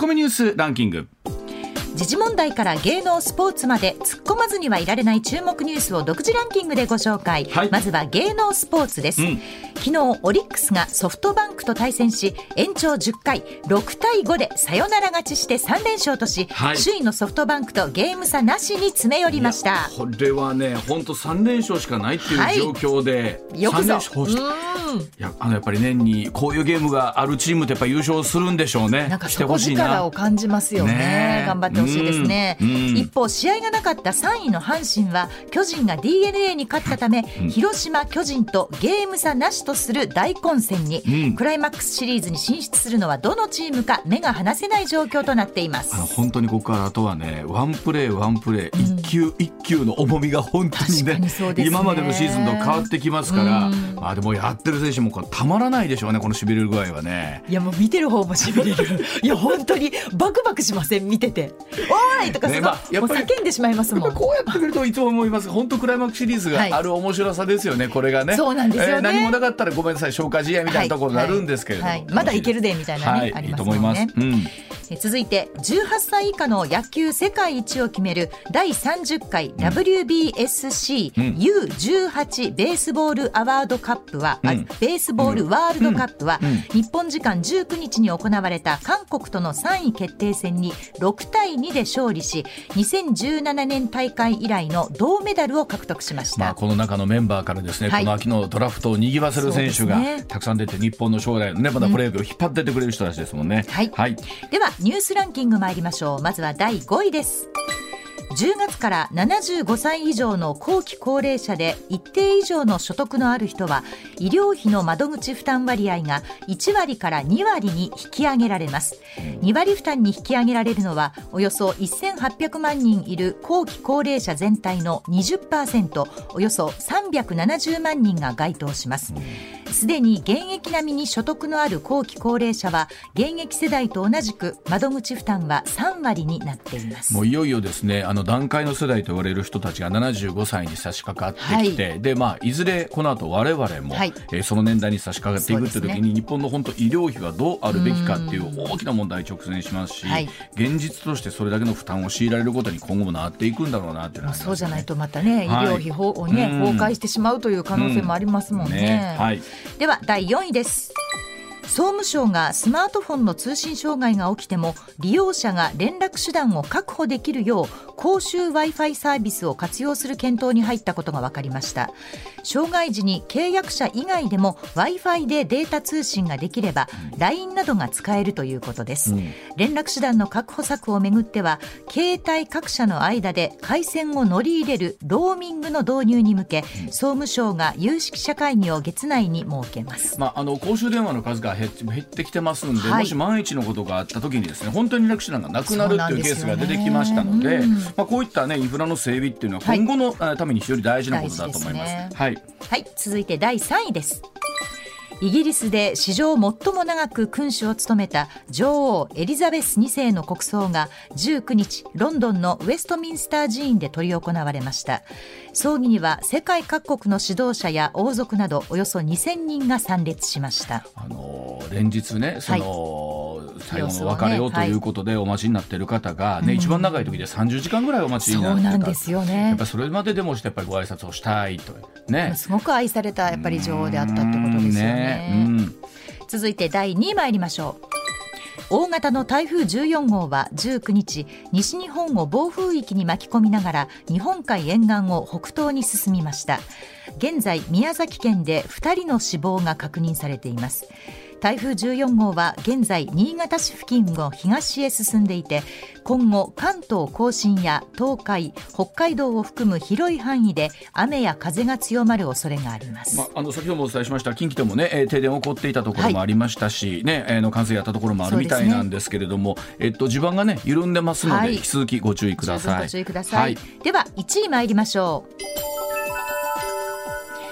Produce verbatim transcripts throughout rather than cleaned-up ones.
メニュースランキング。 時事問題から芸能スポーツまで突っ込まずにはいられない注目ニュースを独自ランキングでご紹介、はい、まずは芸能スポーツです、うん、昨日オリックスがソフトバンクと対戦し延長じゅっかいろくたいごでサヨナラ勝ちしてさんれんしょうとし、はい、首位のソフトバンクとゲーム差なしに詰め寄りました。 これはね本当さんれんしょうしかないっていう状況で、 はい、よくぞさんれんしょうしていやあのやっぱり年にこういうゲームがあるチームってやっぱ優勝するんでしょうね。 なんか底力を感じますよ ね, ね頑張ってほしいですね。うん、一方試合がなかったさんいの阪神は巨人が ディーエヌエー に勝ったため、うん、広島巨人とゲーム差なしとする大混戦に、うん、クライマックスシリーズに進出するのはどのチームか目が離せない状況となっています。 あの本当にここからあとはねワンプレーワンプレー、うん、一球一球の重みが本当に ね, にね今までのシーズンと変わってきますから、うん、まあ、でもやってる選手もこれたまらないでしょうねこのしびれる具合はね。 いやもう見てる方もしびれるいや本当にバクバクしません見てておーいとかすごい、ねまあ、やっぱり叫んでしまいますもん。 やっぱこうやってみるといつも思います本当クライマックスシリーズがある面白さですよね、はい、これがね。 そうなんですよね、 えー、何もなかったらごめんなさい消化試合みたいなところになるんですけれども、 はいはいはい、まだいけるでみたいな、ねはい、ありますもんね。いいと思います、うん、え続いてじゅうはっさい以下の野球世界一を決めるだいさんじゅっかい ダブリュービーエスシー ユーじゅうはち ベースボールアワードカップは、うん、ベースボールワールドカップは、うんうん、日本時間じゅうくにちに行われた韓国とのさんい決定戦にろくたいにで勝利しにせんじゅうななねん大会以来の銅メダルを獲得しました。 まあ、この中のメンバーからですね、はい、この秋のドラフトを賑わせる選手がたくさん出て、日本の将来のねまだプロ野球を引っ張ってってくれる人たちですもんね、 うんはいはい、ではニュースランキング参りましょう。まずはだいごいです。じゅうがつからななじゅうごさい以上の後期高齢者で一定以上の所得のある人は医療費の窓口負担割合がいちわりからにわりに引き上げられます。にわり負担に引き上げられるのはおよそせんはっぴゃくまんにんいる後期高齢者全体の にじゅっパーセント およそさんびゃくななじゅうまんにんが該当します。すでに現役並みに所得のある後期高齢者は現役世代と同じく窓口負担はさんわりになっています。 もういよいよですねあの団塊の世代と言われる人たちがななじゅうごさいに差し掛かってきて、はいでまあ、いずれこの後我々も、はいえー、その年代に差し掛かっていくという時に、ね、日本の本当医療費はどうあるべきかっていう大きな問題に直面しますし、はい、現実としてそれだけの負担を強いられることに今後もなっていくんだろうなっていうのは、ね、 そうじゃないとまたね、はい、医療費を、ね、崩壊してしまうという可能性もありますもんね、ねはい、ではだいよんいです。総務省がスマートフォンの通信障害が起きても利用者が連絡手段を確保できるよう公衆 Wi-Fi サービスを活用する検討に入ったことが分かりました。障害時に契約者以外でも Wi-Fi でデータ通信ができれば ライン などが使えるということです、うん、連絡手段の確保策をめぐっては携帯各社の間で回線を乗り入れるローミングの導入に向け、うん、総務省が有識者会議を月内に設けます、 まあ、あの公衆電話の数が減ってきてますんで、はい、もし万一のことがあった時にですね本当に連絡手段がなくなるっていうケースが出てきましたので、まあ、こういった、ね、インフラの整備っていうのは今後の、はい、ために非常に大事なことだと思います。はいはい、続いてだいさんいです。イギリスで史上最も長く君主を務めた女王エリザベスにせいの国葬がじゅうくにちロンドンのウェストミンスター寺院で執り行われました。葬儀には世界各国の指導者や王族などおよそにせんにんが参列しました。 あの連日ねその、はい、最後のお別れをということでお待ちになっている方が、ねはい、一番長い時でさんじゅうじかんぐらいお待ちになってた。 そうなんですよね。 やっぱそれまででもしてやっぱりご挨拶をしたいと、ね、 すごく愛されたやっぱり女王であったってことですよね。うん、続いてだいにい参りましょう。大型の台風じゅうよんごうはじゅうくにち西日本を暴風域に巻き込みながら日本海沿岸を北東に進みました。現在宮崎県でふたりの死亡が確認されています。台風じゅうよんごうは現在新潟市付近を東へ進んでいて今後関東甲信や東海北海道を含む広い範囲で雨や風が強まる恐れがあります、 まあ、あの先ほどもお伝えしました近畿でも、ね、えー、停電起こっていたところもありましたし、はいねえー、の冠水やったところもあるみたいなんですけれども、ねえっと、地盤が、ね、緩んでますので、はい、引き続きご注意ください。 ご注意ください、はい、ではいちい参りましょう。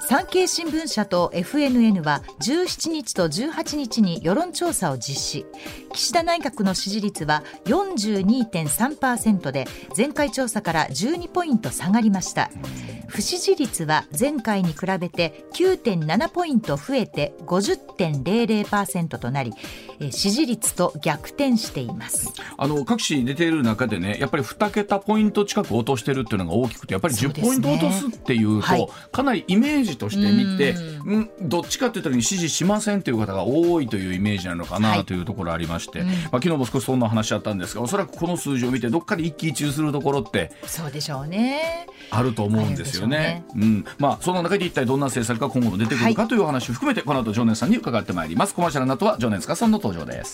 産経新聞社と エフエヌエヌ はじゅうしちにちとじゅうはちにちに世論調査を実施。岸田内閣の支持率は よんじゅうにてんさんパーセント で前回調査からじゅうにポイント下がりました。不支持率は前回に比べて きゅうてんななポイント増えて ごじゅってんゼロゼロパーセント となり、支持率と逆転しています。 あの各紙出ている中でね、やっぱりに桁ポイント近く落としてるっていうのが大きくて、やっぱりじゅうポイント落とすっていうと、はい、かなりイメージとして見て、うん、どっちかって言ったら支持しませんという方が多いというイメージなのかなというところありまして、はい、まあ、昨日も少しそんな話あったんですが、おそらくこの数字を見てどっかで一喜一憂するところってそうでしょうね、 あると思うんですよね。うん、まあ、その中で一体どんな政策が今後も出てくるかというお話を含めて、はい、この後常念さんに伺ってまいります。コマーシャルの後は常念塚さんの登場です。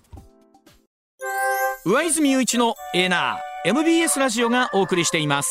上泉雄一のエーナー エムビーエス ラジオがお送りしています。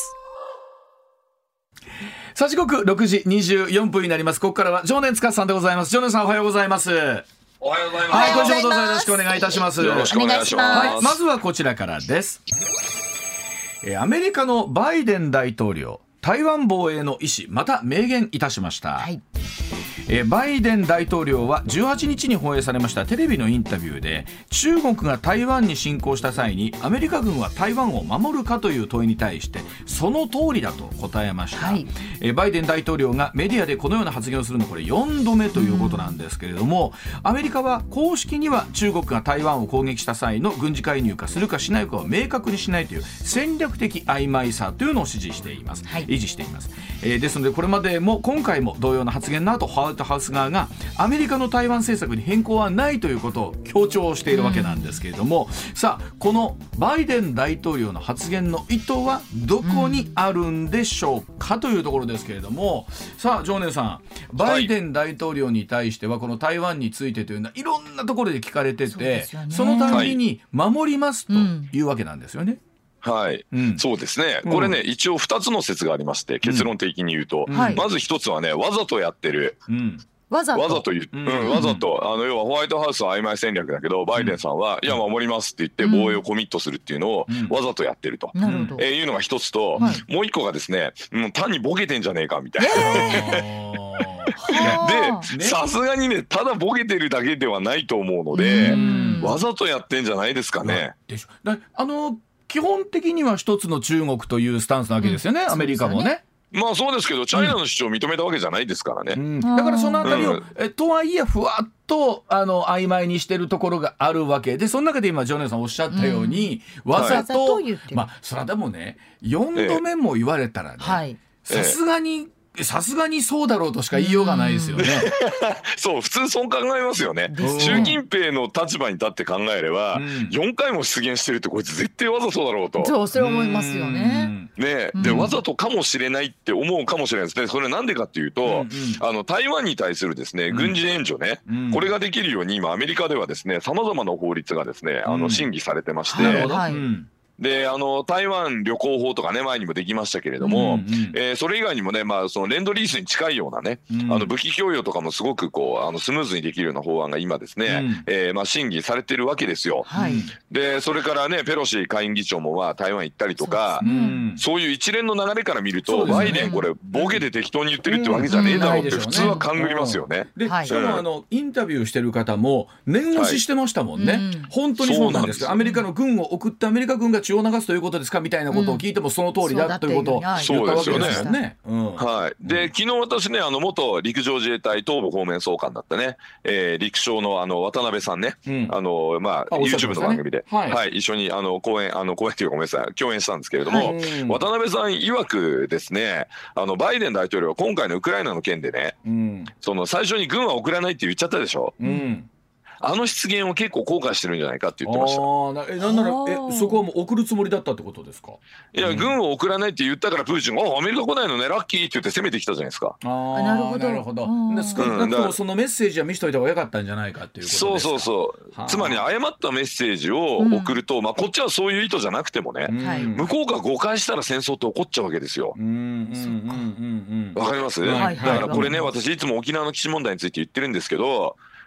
さあ時刻ろくじにじゅうよんぷんになります。ここからは常念塚さんでございます。常念さんおはようございます。 おはようございます。 はい、今週もどうぞよろしくお願いいたします。 よろしくお願いします。 はい、まずはこちらからです。えアメリカのバイデン大統領、台湾防衛の意思また明言いたしました。はい、えバイデン大統領はじゅうはちにちに放映されましたテレビのインタビューで、中国が台湾に侵攻した際にアメリカ軍は台湾を守るかという問いに対してその通りだと答えました。はい、えバイデン大統領がメディアでこのような発言をするのはこれよんどめということなんですけれども、アメリカは公式には中国が台湾を攻撃した際の軍事介入かするかしないかを明確にしないという戦略的曖昧さというのを支持しています。はい、維持しています。えー、ですのでこれまでも今回も同様な発言の後、ホワイトハウス側がアメリカの台湾政策に変更はないということを強調しているわけなんですけれども、うん、さあこのバイデン大統領の発言の意図はどこにあるんでしょうか、うん、というところですけれども、さあ常念さん、バイデン大統領に対してはこの台湾についてというのはいろんなところで聞かれてて、 そ, そのために守りますというわけなんですよね。 はい、うん、そうですね。これね、うん、一応ふたつの説がありまして、結論的に言うと、うん、まずひとつはね、わざとやってる、うん、わざとわざと言う、うん、わざとあの要はホワイトハウスは曖昧戦略だけど、バイデンさんは、うん、いや守りますって言って防衛をコミットするっていうのをわざとやってると、うん、えー、いうのが一つと、はい、もう一個がですね、もう単にボケてんじゃねえかみたいな、えー、でさすがにね、ただボケてるだけではないと思うので、うん、わざとやってんじゃないですかね。 でしょだあの基本的には一つの中国というスタンスなわけですよね、うん、アメリカもね。 まあそうですけど、チャイナの主張を認めたわけじゃないですからね、うん、 だからそのあたりを、うん、えとはいえふわっとあの曖昧にしてるところがあるわけで、その中で今常念さんおっしゃったように、うん、わざと、はい、まあそれはでもねよんどめも言われたらね、さすがにさすがにそうだろうとしか言いようがないですよね。 そう普通そう考えますよね。習近平の立場に立って考えれば、うん、よんかいも出現してるってこいつ絶対わざとだろうと、 そうそれ思いますよね。 ね、でわざとかもしれないって思うかもしれないですね。それなんでかっていうと、うんうん、あの台湾に対するですね軍事援助ね、うん、これができるように今アメリカではですねさまざまな法律がですねあの審議されてまして、うん、はい、であの台湾旅行法とかね前にもできましたけれども、うんうん、えー、それ以外にもね、まあ、そのレンドリースに近いようなね、うん、あの武器供与とかもすごくこうあのスムーズにできるような法案が今ですね、うん、えー、まあ、審議されてるわけですよ。はい、でそれからねペロシ下院議長もまあ台湾行ったりとか、 そう、ね、そういう一連の流れから見ると、ね、バイデンこれボケで適当に言ってるってわけじゃねえだろうって普通は勘ぐりますよね。 でしかもあのインタビューしてる方も念押ししてましたもんね、はい、本当にそうなんですけど、アメリカの軍を送ってアメリカ軍が血を流すということでですかみたいなことを聞いてもその通りだ、うん、ということを言ったわけですよね。 はい。で昨日私ねあの元陸上自衛隊東部方面総監だったね、えー、陸将のあの渡辺さんね、うん、あのまあ YouTube の番組で、はいはい、一緒にあの講演あの講演というかごめんなさい共演したんですけれども、はい、渡辺さん曰くですね、あのバイデン大統領は今回のウクライナの件でね、うん、その最初に軍は送らないって言っちゃったでしょ。うん、あの失言を結構後悔してるんじゃないかって言ってました。 あなえなんならえそこはもう送るつもりだったってことですか。 いや、うん、軍を送らないって言ったからプーチンが「あアメリカ来ないのねラッキー」って言って攻めてきたじゃないですか。 あなるほどなるほど。で少なくともそのメッセージは見せといた方がよかったんじゃないかっていうことですか。 そうそうそう。つまり誤ったメッセージを送ると、うん、まあこっちはそういう意図じゃなくてもね、うん、向こうが誤解したら戦争って起こっちゃうわけですよ。わかります、はい、だからこれね私いつも沖縄の基地問題について言ってるんですけど、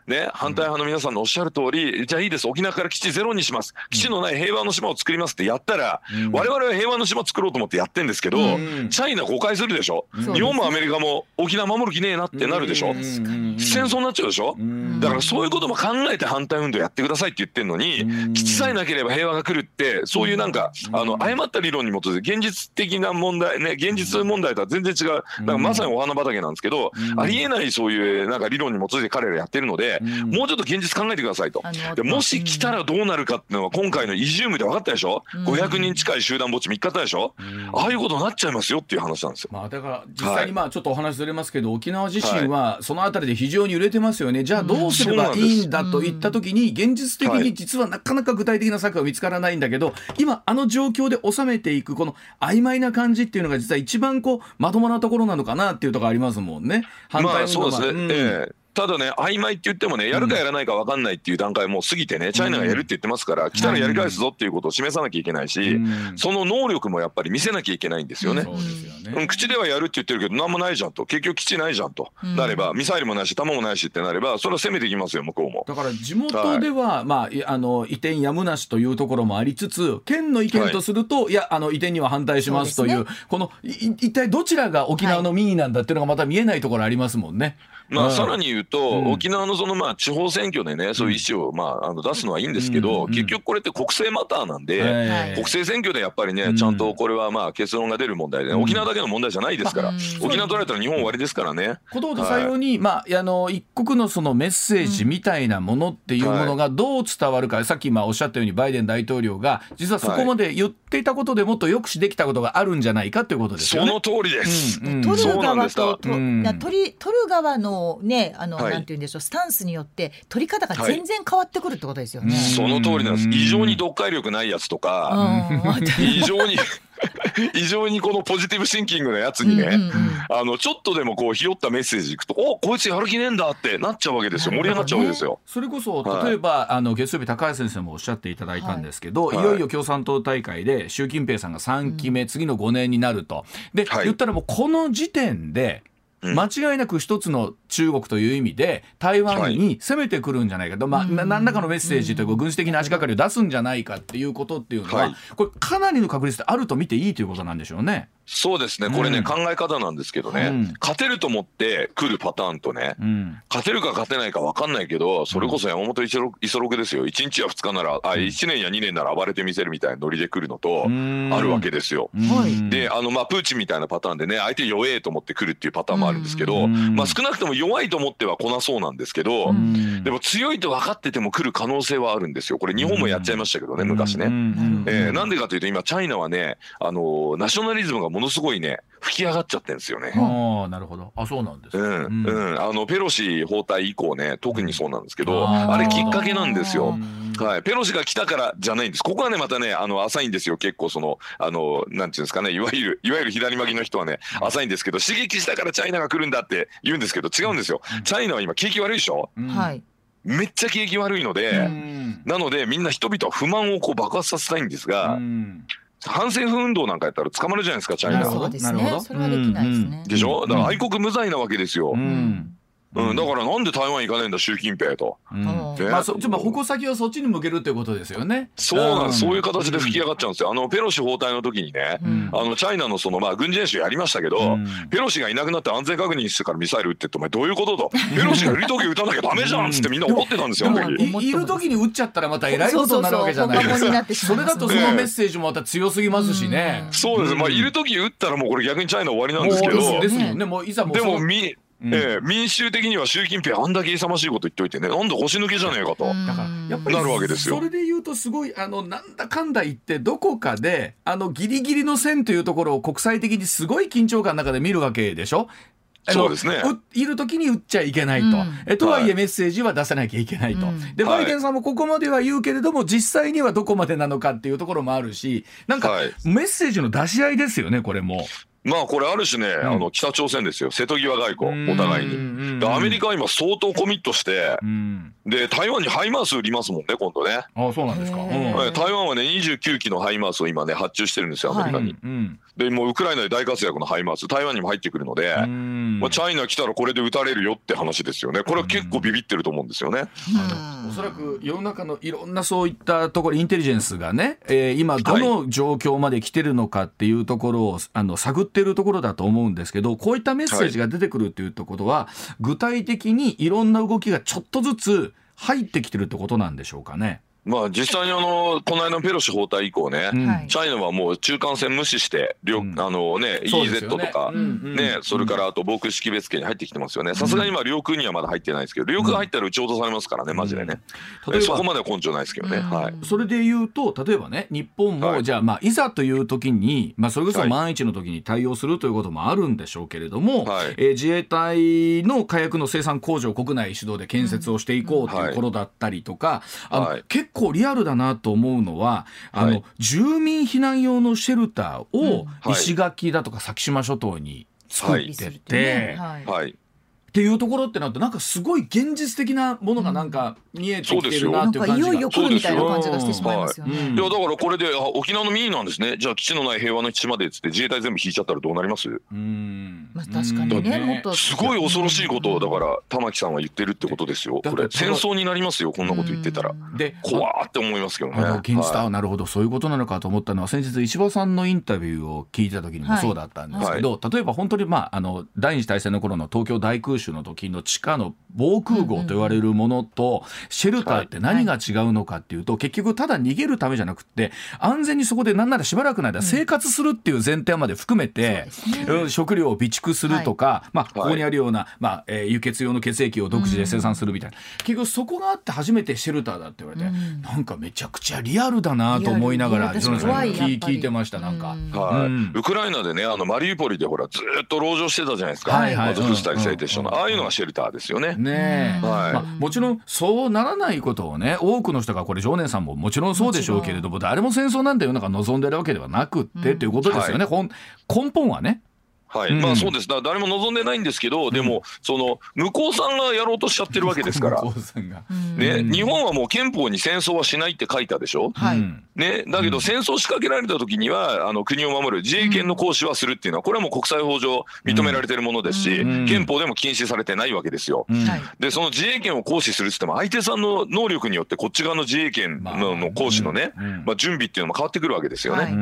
ね、反対派の皆さんのおっしゃる通り、うん、じゃあいいです、沖縄から基地ゼロにします、基地のない平和の島を作りますってやったら、うん、我々は平和の島作ろうと思ってやってんですけど、うん、チャイナ誤解するでしょ、うん、日本もアメリカも沖縄守る気ねえなってなるでしょ、うん、戦争になっちゃうでしょ、うん、だからそういうことも考えて反対運動やってくださいって言ってんのに、うん、基地さえなければ平和が来るって、そういうなんか、うん、あの誤った理論に基づいて現実的な問題ね、現実問題とは全然違う、なんかまさにお花畑なんですけど、うん、ありえないそういうなんか理論に基づいて彼らやってるので、うん、もうちょっと現実考えてくださいと。でもし来たらどうなるかっていうのは今回のイジュームで分かったでしょ、うん、ごひゃくにん近い集団墓地みっか経ったでしょ、うん、ああいうことになっちゃいますよっていう話なんですよ。 まあ、だから実際にまあちょっとお話ずれますけど、はい、沖縄自身はそのあたりで非常に揺れてますよね。じゃあどうすればいいんだといった時に、現実的に実はなかなか具体的な策が見つからないんだけど、今あの状況で収めていくこの曖昧な感じっていうのが実は一番こうまともなところなのかなっていうところありますもんね。反対運動は、まあそうですね、うん、えーただね、曖昧って言ってもね、やるかやらないか分かんないっていう段階も過ぎてね、チャイナがやるって言ってますから、来たらやり返すぞっていうことを示さなきゃいけないし、その能力もやっぱり見せなきゃいけないんですよね。そうですよね。口ではやるって言ってるけど何もないじゃんと、結局基地ないじゃんとなれば、ミサイルもないし弾もないしってなれば、それは攻めていきますよ向こうも。 だから地元では、はい、まああの移転やむなしというところもありつつ、県の意見とすると、はい、いやあの移転には反対しますという、ね、このい一体どちらが沖縄の民意なんだっていうのがまた見えないところありますもんね。 まあ、さらに言うと、うん、沖縄のそのまあ地方選挙でね、そういう意思をまああの出すのはいいんですけど、うん、結局これって国政マターなんで、はい、国政選挙でやっぱりね、ちゃんとこれはまあ結論が出る問題で、ね、うん、沖縄だけの問題じゃないですから、うん、沖縄取られたら日本終わりですからね。 こととさように、はい、まあ、あの一国のそのメッセージみたいなものっていうものがどう伝わるか、はい、さっきまあおっしゃったようにバイデン大統領が実はそこまで言っていたことでもっと抑止できたことがあるんじゃないかということですよね。 その通りです。 うんうん、取る側と、うん、取り取る側のね、あのはい、なんて言うんでしょう、スタンスによって取り方が全然変わってくるってことですよね。はい、 その通りなんです。異常に読解力ないやつとか、異常に異常にこのポジティブシンキングなやつにね、うんうんうん、あのちょっとでもこう拾ったメッセージいくと、おこいつやる気ねえんだってなっちゃうわけですよ。盛り上がっちゃうわけですよ。 それこそ例えば、はい、あの月曜日高橋先生もおっしゃっていただいたんですけど、はい、いよいよ共産党大会で習近平さんがさんきめ、うん、次のごねんになるとで、はい、言ったらもうこの時点で間違いなく一つの中国という意味で台湾に攻めてくるんじゃないかと、はい、まあ、何らかのメッセージというか軍事的な足がかりを出すんじゃないかっていうことっていうのは、はい、これかなりの確率であると見ていいということなんでしょうね。 そうですね、これね、うん、考え方なんですけどね、うん、勝てると思って来るパターンとね、うん、勝てるか勝てないか分かんないけど、それこそ山本五十六ですよ。いちにちやふつかなら、あ、いちねんやにねんなら暴れてみせるみたいなノリで来るのとあるわけですよ。で、あのまあプーチンみたいなパターンでね、相手弱えと思って来るっていうパターンもあるんですけど、まあ少なくとも弱いと思っては来なそうなんですけど、でも強いと分かってても来る可能性はあるんですよ。これ日本もやっちゃいましたけどね、昔ね。えー、なんでかというと今チャイナはね、あのナショナリズムがものすごいね吹き上がっちゃってるんですよね。 ああ、なるほど。あ、そうなんです、ね。うん、 うん、あのペロシ訪台以降ね、特にそうなんですけど、あ, あれきっかけなんですよ。はい、ペロシが来たからじゃないんです。ここはねまたね、あの浅いんですよ。結構そのあのなんていうんですかね、いわゆるいわゆる左巻きの人はね浅いんですけど、刺激したからチャイナが来るんだって言うんですけど、違うんですよ。チャイナは今景気悪いでしょ。はい。めっちゃ景気悪いので、なのでみんな人々は不満をこう爆発させたいんですが。反政府運動なんかやったら捕まるじゃないですか、チャイナ。 そうですね。それはできないですね。 でしょ。だから愛国無罪なわけですよ。うんうん、だからなんで台湾行かないんだ習近平と、うんね、 まあ、そちょっと矛先をそっちに向けるっていうことですよね。 そうなん、うん、そういう形で吹き上がっちゃうんですよ。あのペロシ訪台の時にね、うん、あのチャイナのそのまあ軍事演習やりましたけど、うん、ペロシがいなくなって安全確認してからミサイル撃ってってお前どういうこととペロシがいる時撃たなきゃダメじゃんっつってみんな怒ってたんですよ。 い, いる時に撃っちゃったらまたえらいことになるわけじゃないですか。それだとそのメッセージもまた強すぎますしね、 うん、そうです、まあ、いる時撃ったらもうこれ逆にチャイナ終わりなんですけど、もうですもんね、もういざもうでもみうんえー、民衆的には習近平あんだけ勇ましいこと言っといてね、なんだ腰抜けじゃねえかとだからやっぱりなるわけですよ。 それで言うとすごいあのなんだかんだ言ってどこかであのギリギリの線というところを国際的にすごい緊張感の中で見るわけでしょ。 そうですね、 いる時に撃っちゃいけないと、うん、えとはいえメッセージは出さなきゃいけないと、はい、でバイデンさんもここまでは言うけれども、はい、実際にはどこまでなのかっていうところもあるし、なんかメッセージの出し合いですよねこれも。 まあこれある種ね、うん、あの北朝鮮ですよ、瀬戸際外交、お互いに。でアメリカは今相当コミットして、で台湾にハイマース売りますもんね今度ね。 ああそうなんですか。 台湾はねにじゅうきゅうきのハイマースを今ね発注してるんですよアメリカに。はい、でもうウクライナで大活躍のハイマース台湾にも入ってくるので、まあ、チャイナ来たらこれで撃たれるよって話ですよね。これは結構ビビってると思うんですよね。 あのおそらく世の中のいろんなそういったところインテリジェンスがね、えー、今どの状況まで来てるのかっていうところをあの探っているところだと思うんですけど、こういったメッセージが出てくるっていうことは、はい、具体的にいろんな動きがちょっとずつ入ってきてるってことなんでしょうかね。 まあ実際にあのこの間のペロシ訪台以降ね、うん、チャイナはもう中間線無視して、うん、あのね イーゼット とか、うんね、それからあと防空識別圏に入ってきてますよね。さすがにまあ領空にはまだ入ってないですけど、領空入ったら撃ち落とされますからねマジでね、うん、そこまでは根性ないですけどね、うんはい、 それで言うと例えばね日本も、はい、じゃあまあいざという時に、まあ、それこそ万一の時に対応するということもあるんでしょうけれども、はいえー、自衛隊の火薬の生産工場を国内主導で建設をしていこうということだったりとか、あのはい、結構リアルだなと思うのはあの、はい、住民避難用のシェルターを石垣だとか先島諸島に作ってて、はいはい、っていうところってなるとなんかすごい現実的なものがなんか見えてきてるなっていう感じが、 いよいよ来るみたいな感じがしてしまいますよね。 はい、いやだからこれであ沖縄の民意なんですね、じゃあ基地のない平和の基地までっつって自衛隊全部引いちゃったらどうなります？うーん、まあ、確かにね、もっとすごい恐ろしいことをだから玉木さんは言ってるってことですよ。これ戦争になりますよこんなこと言ってたら。で怖ーって思いますけどね。 あの現実はなるほどそういうことなのかと思ったのは、先日石破さんのインタビューを聞いた時にもそうだったんですけど、はいはい、例えば本当に、まあ、あの第二次大戦の頃の東京大空襲の時の地下の防空壕と言われるものとシェルターって何が違うのかっていうと、結局ただ逃げるためじゃなくって安全にそこで何ならしばらくの間生活するっていう前提まで含めて、うん、食料を備蓄するとか、はい、まあ、ここにあるような、まあえー、輸血用の血液を独自で生産するみたいな、うん、結局そこがあって初めてシェルターだって言われて、うん、なんかめちゃくちゃリアルだなと思いながら聞, 聞いてましたなんか、 うんはいうん、ウクライナでねあのマリウポリでほらずっと籠城してたじゃないですか、はいはい、アゾフスタリ製鉄所の、うん、ああいうのがシェルターですよね。 ねえ、はいまあ、もちろんそうならないことをね多くの人がこれ常念さんももちろんそうでしょうけれども、誰も戦争なんていうのが望んでるわけではなくってと、うん、いうことですよね、はい、根本はね。 はい、うん、まあそうです。だから誰も望んでないんですけど、でもその向こうさんがやろうとしちゃってるわけですから向こうさんが、 ね、日本はもう憲法に戦争はしないって書いたでしょ、はいね、だけど戦争仕掛けられた時にはあの国を守る自衛権の行使はするっていうのはこれはもう国際法上認められてるものですし、うん、憲法でも禁止されてないわけですよ、うん、でその自衛権を行使するって言っても相手さんの能力によってこっち側の自衛権 の,、の行使のね、うんまあ、準備っていうのも変わってくるわけですよね、はい、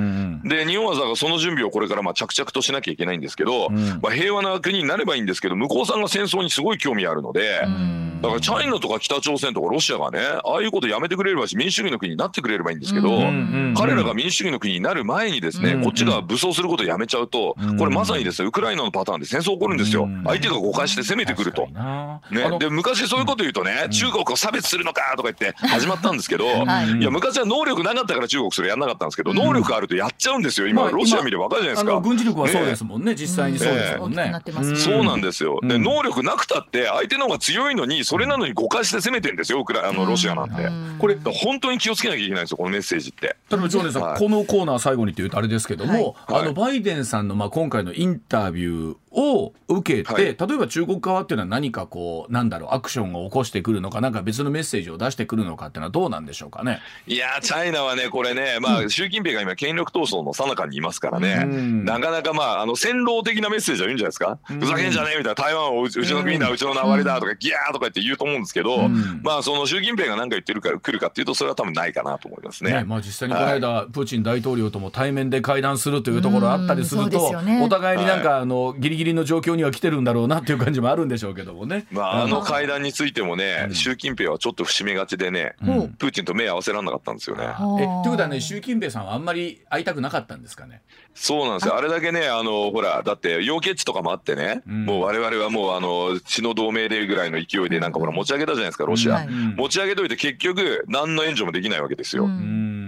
で日本はだからその準備をこれからまあ着々としなきゃいけないんですけど、うんまあ平和な国になればいいんですけど、向こうさんが戦争にすごい興味あるので、だからチャイナとか北朝鮮とかロシアがねああいうことやめてくれればし民主主義の国になってくれればいいんですけど、彼らが民主主義の国になる前にですねこっちが武装することをやめちゃうと、これまさにですねウクライナのパターンで戦争起こるんですよ。相手が誤解して攻めてくると、ね、で昔そういうこと言うとね中国を差別するのかとか言って始まったんですけど、いや昔は能力なかったから中国それやんなかったんですけど、能力あるとやっちゃうんですよ。今ロシア見れば分かるじゃないですか。 軍事力はそうですもんね、実際にそうですもんね。 そうなんですよ。で能力なくたって相手の方が強いのにそれなのに誤解して攻めてるんですよウクラあのロシアなんて。これ本当に気をつけなきゃいけないんですよこのメッセージって。 例えば常連さん、はい、このコーナー最後にというとあれですけども、はい、あのバイデンさんのまあ今回のインタビューを受けて、はい、例えば中国側っていうのは何かこうなんだろうアクションを起こしてくるのか、なんか別のメッセージを出してくるのかっていうのはどうなんでしょうかね。 いやチャイナはねこれね、まあ、習近平が今権力闘争の最中にいますからね、うん、なかなかまああの戦狼的なメッセージは言うんじゃないですか、うん、ふざけんじゃねえみたいな、台湾をうちの国だ、うん、うちの縄張りだとかギャーとか言って言うと思うんですけど、うん、まあその習近平が何か言ってるから来るかっていうとそれは多分ないかなと思いますね。ねまあ、実際にこの間、はい、プーチン大統領とも対面で会談するというところあったりすると、うんね、お互いになんか、はい、あのギリギリの状況には来てるんだろうなっていう感じもあるんでしょうけどもね。 まあ、あの会談についてもね、うん、習近平はちょっと節目がちでね、うん、プーチンと目合わせられなかったんですよね。 えということはね習近平さんはあんまり会いたくなかったんですかね。 そうなんですよ。あれだけねあのほらだって楊潔チとかもあってね、うん、もう我々はもうあの血の同盟でぐらいの勢いでなんかほら持ち上げたじゃないですかロシア、うん、持ち上げといて結局何の援助もできないわけですよ、うん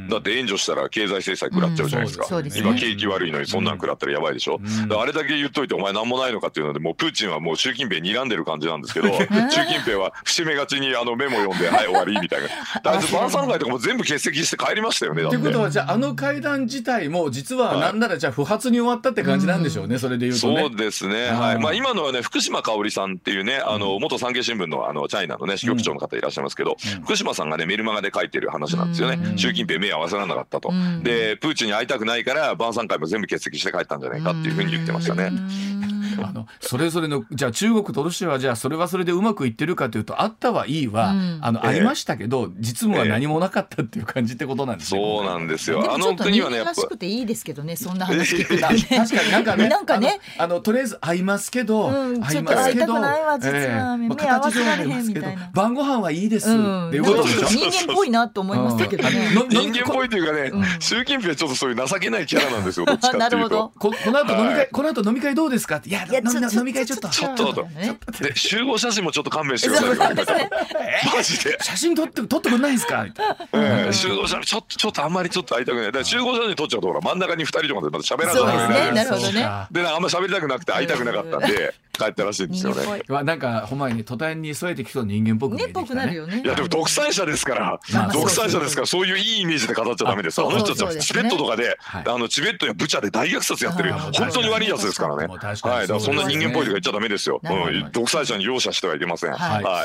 だって援助したら経済制裁食らっちゃうじゃないですか、 うん、 今景気悪いのにそんなん食らったらやばいでしょ、うん、だからあれだけ言っといてお前なんもないのかっていうのでもうプーチンはもう習近平睨んでる感じなんですけど習近平は節目がちにあのメモ読んではい終わりみたいなだって晩餐会とかも全部欠席して帰りましたよね。だってということはじゃああの会談自体も実はなんならじゃあ不発に終わったって感じなんでしょうね、うん、それで言うとね。 そうですね、はい、まあ、今のはね福島香織さんっていうねあの元産経新聞のあのチャイナのね支局長の方いらっしゃいますけど、うん、福島さんがねメルマガで書いてる話なんですよね、うん、習近平目合わせられなかったと、うん、でプーチンに会いたくないから晩餐会も全部欠席して帰ったんじゃないかっていうふうに言ってましたね。 あのそれぞれのじゃあ中国とロシアはじゃあそれはそれでうまくいってるかというとあったはいいは、うん、あの、えー、ありましたけど実務は何もなかったっていう感じってことなんですね、 えー、そうなんですよ。 でもちょっと人間らしくていいですけどねそんな話聞くとね確かになんかねなんかねあのあのとりあえず会いますけど、 うん、会いますけどちょっと会いたくないわ実は、えーまあ、目合わせられへんみたいな晩ご飯はいいです、うん、っていうことでしょ。 人間っぽいなと思いましたけどね、 うん、人間っぽいというかね、うん、習近平はちょっとそういう情けないキャラなんですよどっちかっていうとなるほど こ, この後飲み会、はい、この後飲み会どうですかって。いやいや飲み会ちょっとちょっとで集合写真もちょっと勘弁してくださいねマジで写真撮って撮ってくれないんですかみたいな、 えー、集合写真ちょっとちょっとあんまりちょっと会いたくないだから集合写真撮っちゃうとほら真ん中にふたりとかでまた喋らずにそうですねなるほどねでなんかあんま喋りたくなくて会いたくなかったんで帰ったらしいんですよね。 なんかほんまに途端に添えてきそう人間っぽく見えてきたね。 ねっぽくなるよね。 いやでも独裁者ですから、まあ、独裁者ですからそういういいイメージで語っちゃダメです。あの人たちはチベットとかで、はい、あのチベットやブチャで大虐殺やってる本当に悪いやつですからね。はい、だからそんな人間っぽいとか言っちゃダメですよ。うん、独裁者に容赦してはいけません。はい。はい、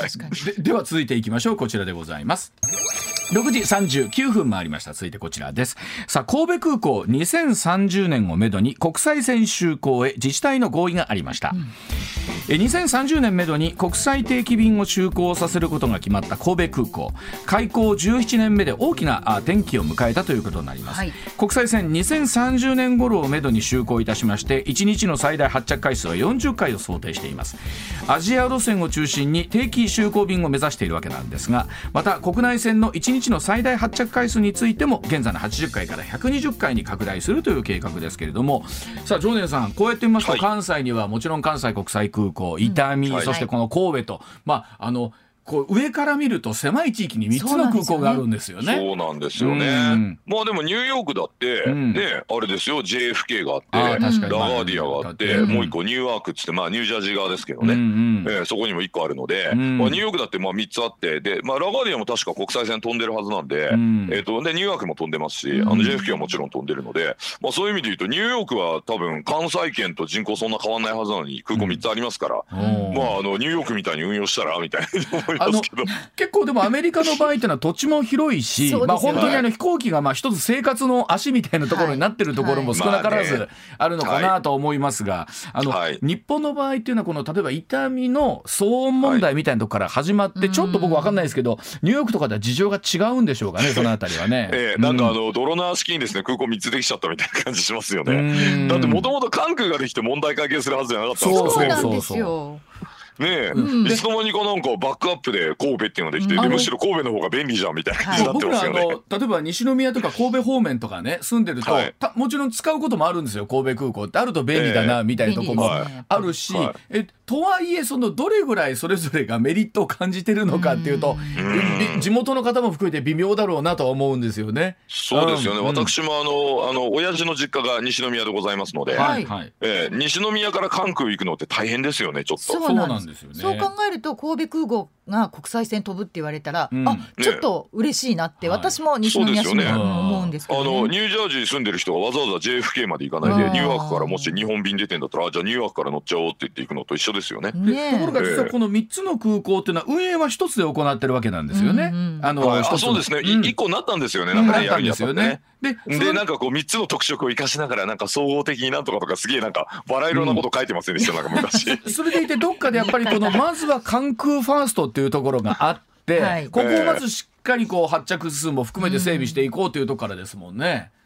で, では続いていきましょう。こちらでございます。ろくじさんじゅうきゅうふん回りました。続いてこちらです。さあ神戸空港にせんさんじゅうねんをめどに国際線就航へ自治体の合意がありました、うん、えにせんさんじゅうねんめどに国際定期便を就航させることが決まった神戸空港開港じゅうななねんめで大きな転機を迎えたということになります、はい、国際線にせんさんじゅうねん頃をめどに就航いたしましていちにちの最大発着回数はよんじゅっかいを想定しています。アジア路線を中心に定期就航便を目指しているわけなんですがまた国内線のいちにちの最大発着回数についても現在のはちじゅっかいからひゃくにじゅっかいに拡大するという計画ですけれどもさあ常念さんこうやって見ますと、はい、関西にはもちろん関西国際空港伊丹、うんはい、そしてこの神戸と、まああのこう上から見ると狭い地域にみっつの空港があるんですよね。 そうなんですよね。うん、まあでもニューヨークだって、うん、ねあれですよ ジェイエフケー があってあラガーディアがあって、うん、もう一個ニューアークっつってまあニュージャージー側ですけどね、うんうんえー、そこにも一個あるので、うんまあ、ニューヨークだってまあみっつあってで、まあ、ラガーディアも確か国際線飛んでるはずなんで、うんえー、とでニューアークも飛んでますし、うん、あの ジェイエフケー はもちろん飛んでるので、まあ、そういう意味で言うとニューヨークは多分関西圏と人口そんな変わんないはずなのに空港みっつありますから、うんまあ、あのニューヨークみたいに運用したらみたいに思いますけど結構でもアメリカの場合っていうのは土地も広いし、まあ、本当にあの飛行機がまあ一つ生活の足みたいなところになってるところも少なからずあるのかなと思いますが、あの日本の場合っていうのはこの例えば伊丹の騒音問題みたいなところから始まってちょっと僕分かんないですけどニューヨークとかでは事情が違うんでしょうかねそのあたりはね、 えー、なんかあの泥縄式にですね空港みっつできちゃったみたいな感じしますよね。だってもともと関空ができて問題解決するはずじゃなかったんですよね。 そうなんですよねえ、うん、いつの間にかなんかバックアップで神戸っていうのができて、うん、むしろ神戸の方が便利じゃんみたいな感じになってますよね。 僕らあの例えば西宮とか神戸方面とかね住んでると、はい、もちろん使うこともあるんですよ。神戸空港ってあると便利だな、えー、みたいなところもあるし、はいはい、えとはいえそのどれぐらいそれぞれがメリットを感じてるのかっていうと地元の方も含めて微妙だろうなとは思うんですよね。 そうですよね、うん、私もあのあの親父の実家が西宮でございますので、はいえー、西宮から関空行くのって大変ですよねちょっと。 そうなんですよね。そう考えると神戸空港が国際線飛ぶって言われたら、うん、あちょっと嬉しいなって、ね、私も西宮市民は思うんですけど、ね、 あのニュージャージー住んでる人がわざわざ ジェイエフケー まで行かないでニューアークからもし日本便出てんだったらじゃあニューアークから乗っちゃおうって言って行くのと一緒ですよね。 ねところが実はこのみっつの空港っていうのは運営は一つで行ってるわけなんですよね。うんうん、あのあそうですね、うん、いっこになったんですよね。なんかねやるんですよね。で, でなんかこうみっつの特色を生かしながらなんか総合的になんとかとかすげえなんかバラ色なこと書いてませんでした、うん、なんか昔それでいてどっかでやっぱりこのまずは関空ファーストっていうところがあって、はい、ここをまずしっかりこう発着数も含めて整備していこうというところからですもんね。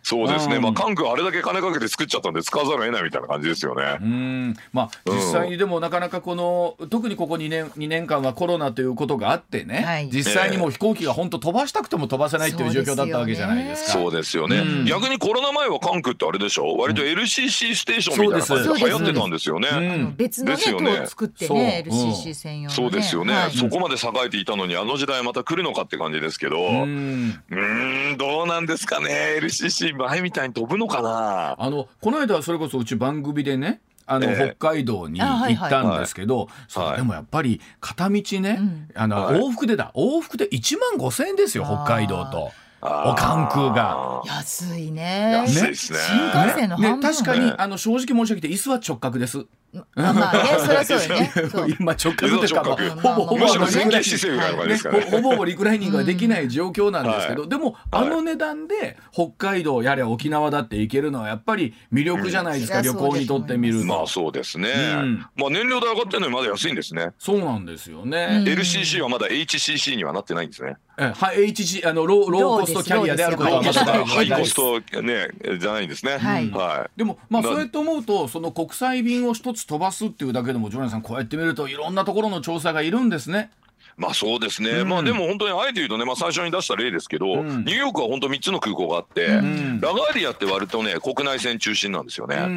そうですね、うん、まあ関空あれだけ金かけて作っちゃったんで使わざるを得ないみたいな感じですよね。 うん、まあ実際にでもなかなかこの、うん、特にここにねんにねんかんはコロナということがあってね、はい、実際にもう飛行機が本当飛ばしたくても飛ばせないっていう状況だったわけじゃないですか。 そうですよね、うん、逆にコロナ前は関空ってあれでしょ、割と エルシーシー ステーションみたいな感じで流行ってたんですよね。 うん、別のネットを作ってね、 エルシーシー 専用のね、 そうですよね、はい、そこまで栄えていたのにあの時代また来るのかって感じですけど、うーん、うーんどうなんですかね。 エルシーシー 前みたいに飛ぶのかな。 あのこの間それこそうち番組でねあの、えー、北海道に行ったんですけど、はいはい、そうでもやっぱり片道ね、うん、あの、はい、往復でだ往復でいちまんごせんえんですよ、北海道とお関空が。 安いね。 安いですね。 新幹線の半分、 ねね、確かにあの正直申し上げて椅子は直角です。 まあまあね、そりゃそうよね。 今直角というか、まあ、ほぼほぼほぼほぼリクライニングができない状況なんですけど、うん、でも、はい、あの値段で北海道やれ沖縄だって行けるのはやっぱり魅力じゃないですか、うん、旅行にとってみると。 まあそうですね、うん、まあ燃料代上がってるのにまだ安いんですね。 そうなんですよね、 うん、エルシーシー はまだ エイチシーシー にはなってないんですね。 はい、エイチシー あのロー、ローコストキャリアであることはまだハイコスト、ね、じゃないんですね、 はいはい、 でもまあそうやって思うとその国際便を一つ飛ばすっていうだけでもジョネさんこうやって見るといろんなところの調査がいるんですね。 まあそうですね、うん、まあでも本当にあえて言うとね、まあ、最初に出した例ですけど、うん、ニューヨークは本当みっつの空港があって、うん、ラガーディアって割とね国内線中心なんですよね、うんうんうん、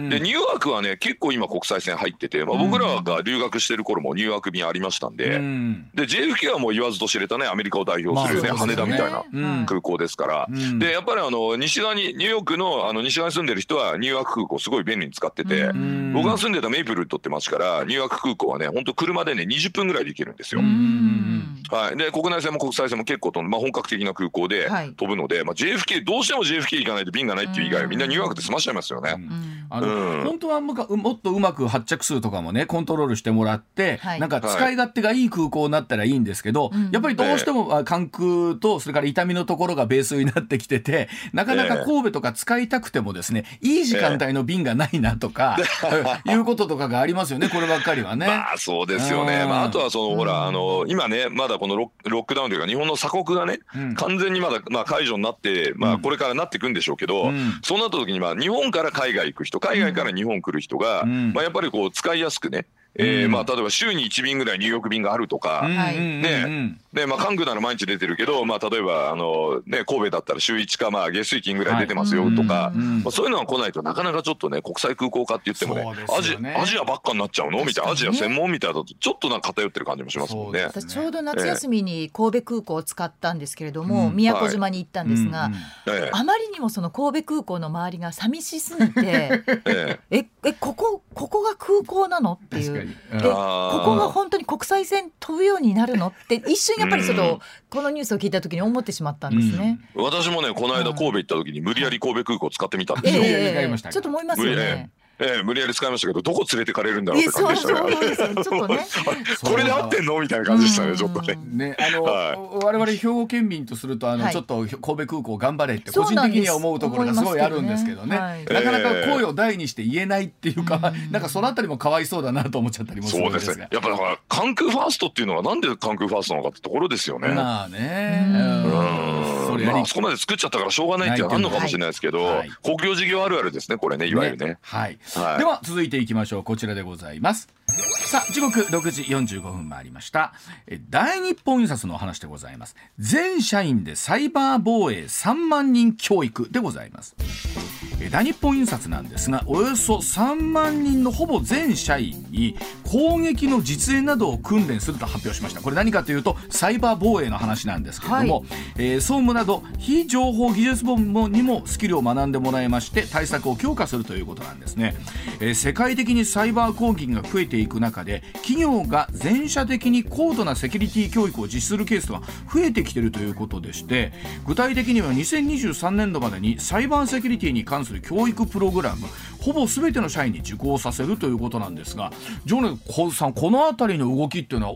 でニューヨークはね結構今国際線入ってて、まあ、僕らが留学してる頃もニューヨーク便ありましたんで、うん、で ジェイエフケー はもう言わずと知れたねアメリカを代表する、ねまあ、羽田みたいな空港ですから、うん、でやっぱりあの西側にニューヨークのあの西側に住んでる人はニューヨーク空港すごい便利に使ってて、うん、僕が住んでたメイプルウッドって街からニューヨーク空港はね本当車でねにじゅっぷんぐらいで行けるんですよ、うんはい、で国内線も国際線も結構と、まあ、本格的な空港で飛ぶので、はいまあ、ジェイエフケー どうしても ジェイエフケー 行かないと便がないっていう以外はみんなニューヨークで済ましちゃいますよね、うん、 あのうん、本当はもっとうまく発着数とかもねコントロールしてもらって、はい、なんか使い勝手がいい空港になったらいいんですけど、はい、やっぱりどうしても関空とそれから伊丹のところがベースになってきててなかなか神戸とか使いたくてもですねいい時間帯の便がないなとか、えー、いうこととかがありますよねこればっかりはね。 まあそうですよね、まあ、あとはそのほらあの今ねまだこのロックダウンというか日本の鎖国がね、うん、完全にまだ、まあ、解除になって、まあ、これからなっていくんでしょうけど、うん、そうなった時にまあ日本から海外行く人海外から日本来る人が、うんまあ、やっぱりこう使いやすくねえーまあ、例えば週にいち便ぐらいニューヨーク便があるとか、ねでまあ、関空なら毎日出てるけど、まあ、例えばあの、ね、神戸だったら週いちか、まあ、月水金ぐらい出てますよとか、はいまあ、そういうのが来ないとなかなかちょっとね国際空港化って言っても ね, ねアジアジアばっかになっちゃうのみたいなアジア専門みたいだとちょっとなんか偏ってる感じもしますもんね。 私ちょうど夏休みに神戸空港を使ったんですけれども、えー、宮古島に行ったんですが、はいうんうん、あまりにもその神戸空港の周りが寂しすぎてえー、ええここここが空港なのっていう。ここが本当に国際線飛ぶようになるのって一瞬やっぱりちょっとこのニュースを聞いた時に思ってしまったんですね、 うん、私もねこの間神戸行った時に無理やり神戸空港使ってみたんですよ、 えー、ちょっと思いますよね。 ええ、無理やり使いましたけどどこ連れてかれるんだろうって感じでしたね。これで合ってんのみたいな感じでしたねちょっとね。 ねあの、はい、我々兵庫県民とするとあの、はい、ちょっと神戸空港頑張れって個人的には思うところがすごいあるんですけどね、はい、なかなか声を大にして言えないっていうか、えー、なんかそのあたりもかわいそうだなと思っちゃったりもするんですが。そうですね。やっぱだから関空ファーストっていうのはなんで関空ファーストなのかってところですよね。 まあねうんそれまあ、そこまで作っちゃったからしょうがないっていうのはあるのかもしれないですけど、はい、公共事業あるあるですねこれねいわゆるね。ねはい、はい、では続いていきましょう。こちらでございます。さあ時刻ろくじよんじゅうごふん回りました。大日本印刷のお話でございます。全社員でサイバー防衛さんまんにん教育でございます。大日本印刷なんですがおよそさんまんにんのほぼ全社員に攻撃の実演などを訓練すると発表しました。これ何かというとサイバー防衛の話なんですけれども、はいえー、総務など非情報技術部門にもスキルを学んでもらいまして対策を強化するということなんですね、えー、世界的にサイバー攻撃が増えていく中で企業が全社的に高度なセキュリティ教育を実施するケースが増えてきているということでして具体的にはにせんにじゅうさんねんどまでにサイバーセキュリティに関する教育プログラムほぼ全ての社員に受講させるということなんですがジョネコウさんこのあたりの動きっていうのは大き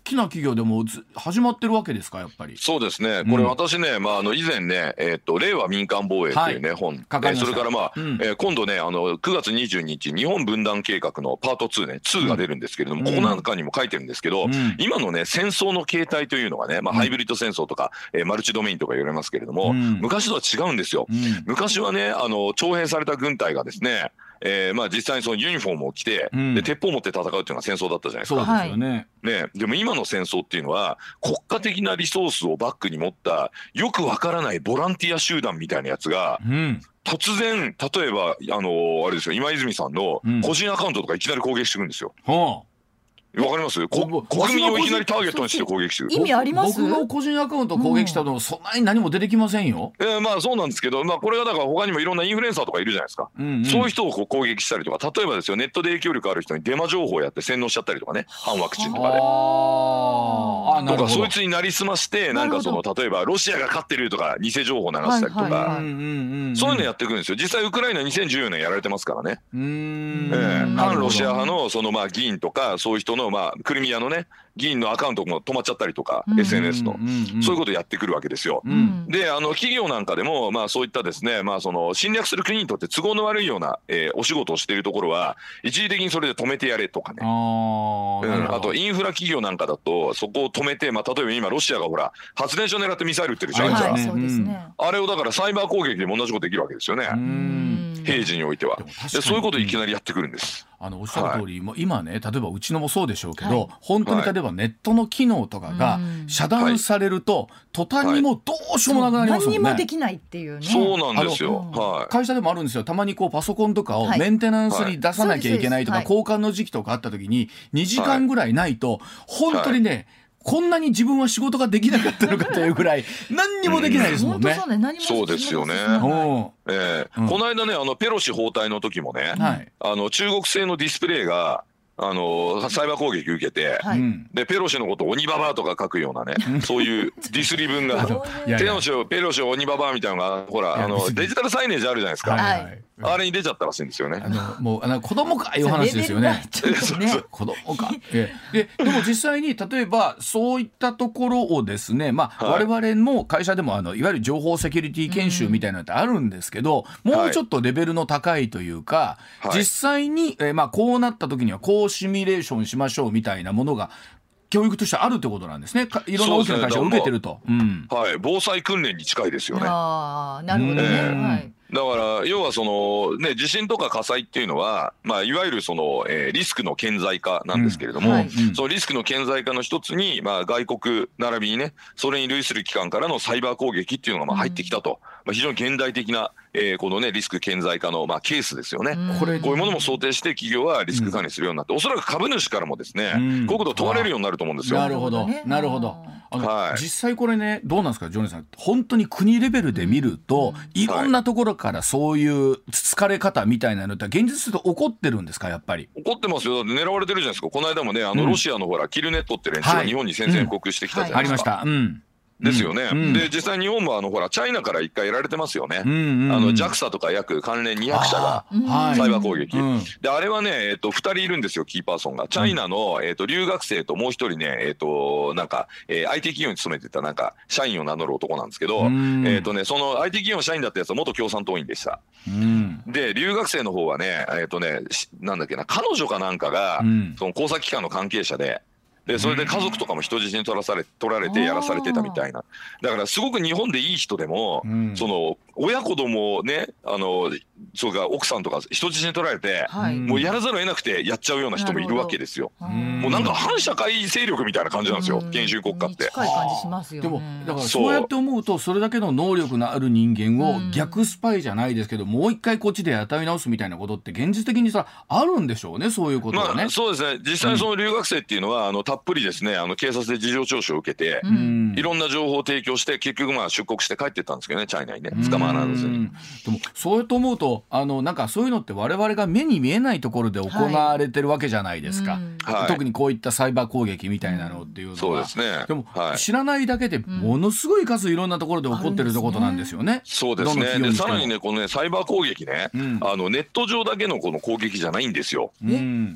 きな企業でも始まってるわけですか、やっぱり。 そうですね、これ私ね、うん、まあ、あの以前ね、えー、と令和民間防衛というね、はい、本、えー、それから、まあうんえー、今度ねあのくがつにじゅうににち日本分断計画のパートツーねツーが出るんですけれども、うん、ここなんかにも書いてるんですけど、うん、今のね戦争の形態というのがね、まあ、ハイブリッド戦争とか、うん、えー、マルチドメインとか言われますけれども、うん、昔とは違うんですよ、うん、昔はねあの徴兵された軍隊がですねえー、まあ実際にそのユニフォームを着て、うん、で鉄砲を持って戦うっていうのが戦争だったじゃないですか。 そうですよね。 ね、でも今の戦争っていうのは国家的なリソースをバックに持ったよくわからないボランティア集団みたいなやつが、うん、突然例えばあのー、あれですよ、今泉さんの個人アカウントとかいきなり攻撃してくるんですよ。うんはあわかります？こ国民をいきなりターゲットにして攻撃してる。 意味あります？ 僕の個人アカウントを攻撃したのもそんなに何も出てきませんよ。 えー、まあそうなんですけど、まあこれはだから他にもいろんなインフルエンサーとかいるじゃないですか。うんうん、そういう人をこう攻撃したりとか、例えばですよ、ネットで影響力ある人にデマ情報をやって洗脳しちゃったりとかね、反ワクチンとかで。あとかそいつになりすましてなんかその例えばロシアが勝ってるとか偽情報流したりとか、そういうのやってくるんですよ。実際ウクライナにせんじゅうよねんやられてますからね。うーん、えー、反ロシア派のそのまあ議員とかそういう人のまあクリミアのね議員のアカウントも止まっちゃったりとか、うん、エスエヌエス の、うんうん、そういうことやってくるわけですよ。うん、であの企業なんかでも、まあ、そういったですね、まあ、その侵略する国にとって都合の悪いような、えー、お仕事をしているところは一時的にそれで止めてやれとかね。あ、うん、あとインフラ企業なんかだとそこを止めて、まあ、例えば今ロシアがほら発電所狙ってミサイル撃ってるじゃないですか、はいはい、うん、あれをだからサイバー攻撃でも同じことできるわけですよね。うん、平時においては。でそういうことをいきなりやってくるんです。 あのおっしゃる通り、はい、もう今ね例えばうちのもそうでしょうけど、はい、本当に例えばネットの機能とかが遮断されると、はい、途端にもうどうしようもなくなりますもんね。 何にもできないっていうね。 そうなんですよ、はい、 会社でもあるんですよ。たまにこうパソコンとかをメンテナンスに出さなきゃいけないとか、はい、交換の時期とかあった時ににじかんぐらいないと、はい、本当にね、はい、こんなに自分は仕事ができなかったのかというぐらい何にもできないですもんね。 うん、そうね、 そうですよね。えーうん、この間ねあのペロシ訪台の時もね、はい、あの中国製のディスプレイがあのサイバー攻撃受けて、はい、でペロシのことを鬼ババアとか書くようなねそういうディスり文がペロシをペロシを鬼ババアみたいなのがほらあのデジタルサイネージあるじゃないですか、はいはい、あれに出ちゃったらしいんですよね。 あのもうあの子供かいう話ですよね。子供か。えででも実際に例えばそういったところをですね、まあ、はい、我々の会社でもあのいわゆる情報セキュリティ研修みたいなのってあるんですけど、うん、もうちょっとレベルの高いというか、はい、実際に、えーまあ、こうなった時にはこうシミュレーションしましょうみたいなものが教育としてあるってことなんですね。いろんな大きな会社が受けてると、うん、 はい、防災訓練に近いですよね。 あ、なるほどね、えーはい、 だから要はその、ね、地震とか火災っていうのは、まあ、いわゆるその、えー、リスクの顕在化なんですけれども、うんはい、そのリスクの顕在化の一つに、まあ、外国並びにねそれに類する機関からのサイバー攻撃っていうのがまあ入ってきたと、うん、まあ、非常に現代的な、えー、このねリスク顕在化のまあケースですよね。これこういうものも想定して企業はリスク管理するようになって、うん、おそらく株主からもですね、うん、こういうことを問われるようになると思うんですよ。 なるほどなるほど。あの、はい、実際これねどうなんですかジョニーさん、本当に国レベルで見ると、うん、いろんなところからそういうつつかれ方みたいなのって現実すると起こってるんですか？やっぱり起こってますよ。だって狙われてるじゃないですか。この間もねあのロシアのほら、うん、キルネットって連中が日本に宣戦布告してきたじゃないですか、はいうんはい、ありました、うんですよね、うん、で実際日本もあのほらチャイナから一回やられてますよね、うんうんうん、あの ジャクサ とか約関連にひゃくしゃがサイバー攻撃、うん、であれはね、えー、とふたりいるんですよキーパーソンが。チャイナの、えー、と留学生ともう一人ね、えー、となんか、えー、アイティー 企業に勤めてたなんか社員を名乗る男なんですけど、うん、えーとね、その アイティー 企業の社員だったやつは元共産党員でした、うん、で留学生の方はねえっ、ー、とねなんだっけな彼女かなんかが、うん、その工作機関の関係者ででそれで家族とかも人質に取らされ取られてやらされてたみたいな。だからすごく日本でいい人でも、うん、その親子供をねあのそうか奥さんとか人質に取られて、はい、もうやらざるを得なくてやっちゃうような人もいるわけですよ。もうなんか反社会勢力みたいな感じなんですよ研修国家って。 近い感じしますよね。 でもだからそうやって思うとそれだけの能力のある人間を逆スパイじゃないですけど、もう一回こっちで雇い直すみたいなことって現実的にさあるんでしょうね。そういうことがね、 まあ、そうですね。実際その留学生っていうのは、うん、あのたっぷりですねあの警察で事情聴取を受けて、うん、いろんな情報を提供して結局まあ出国して帰ってったんですけどねチャイナにね捕まらずに。 でもそうやって思うととあのなんかそういうのって我々が目に見えないところで行われてるわけじゃないですか、はい、特にこういったサイバー攻撃みたいなのっていうのは、 そうですね、 でも、 はい、 知らないだけでものすごい数いろんなところで起こってるってことなんですよね。 そうですね。でさらにねこのねサイバー攻撃ね、うん、あのネット上だけのこの攻撃じゃないんですよ。 え、うん、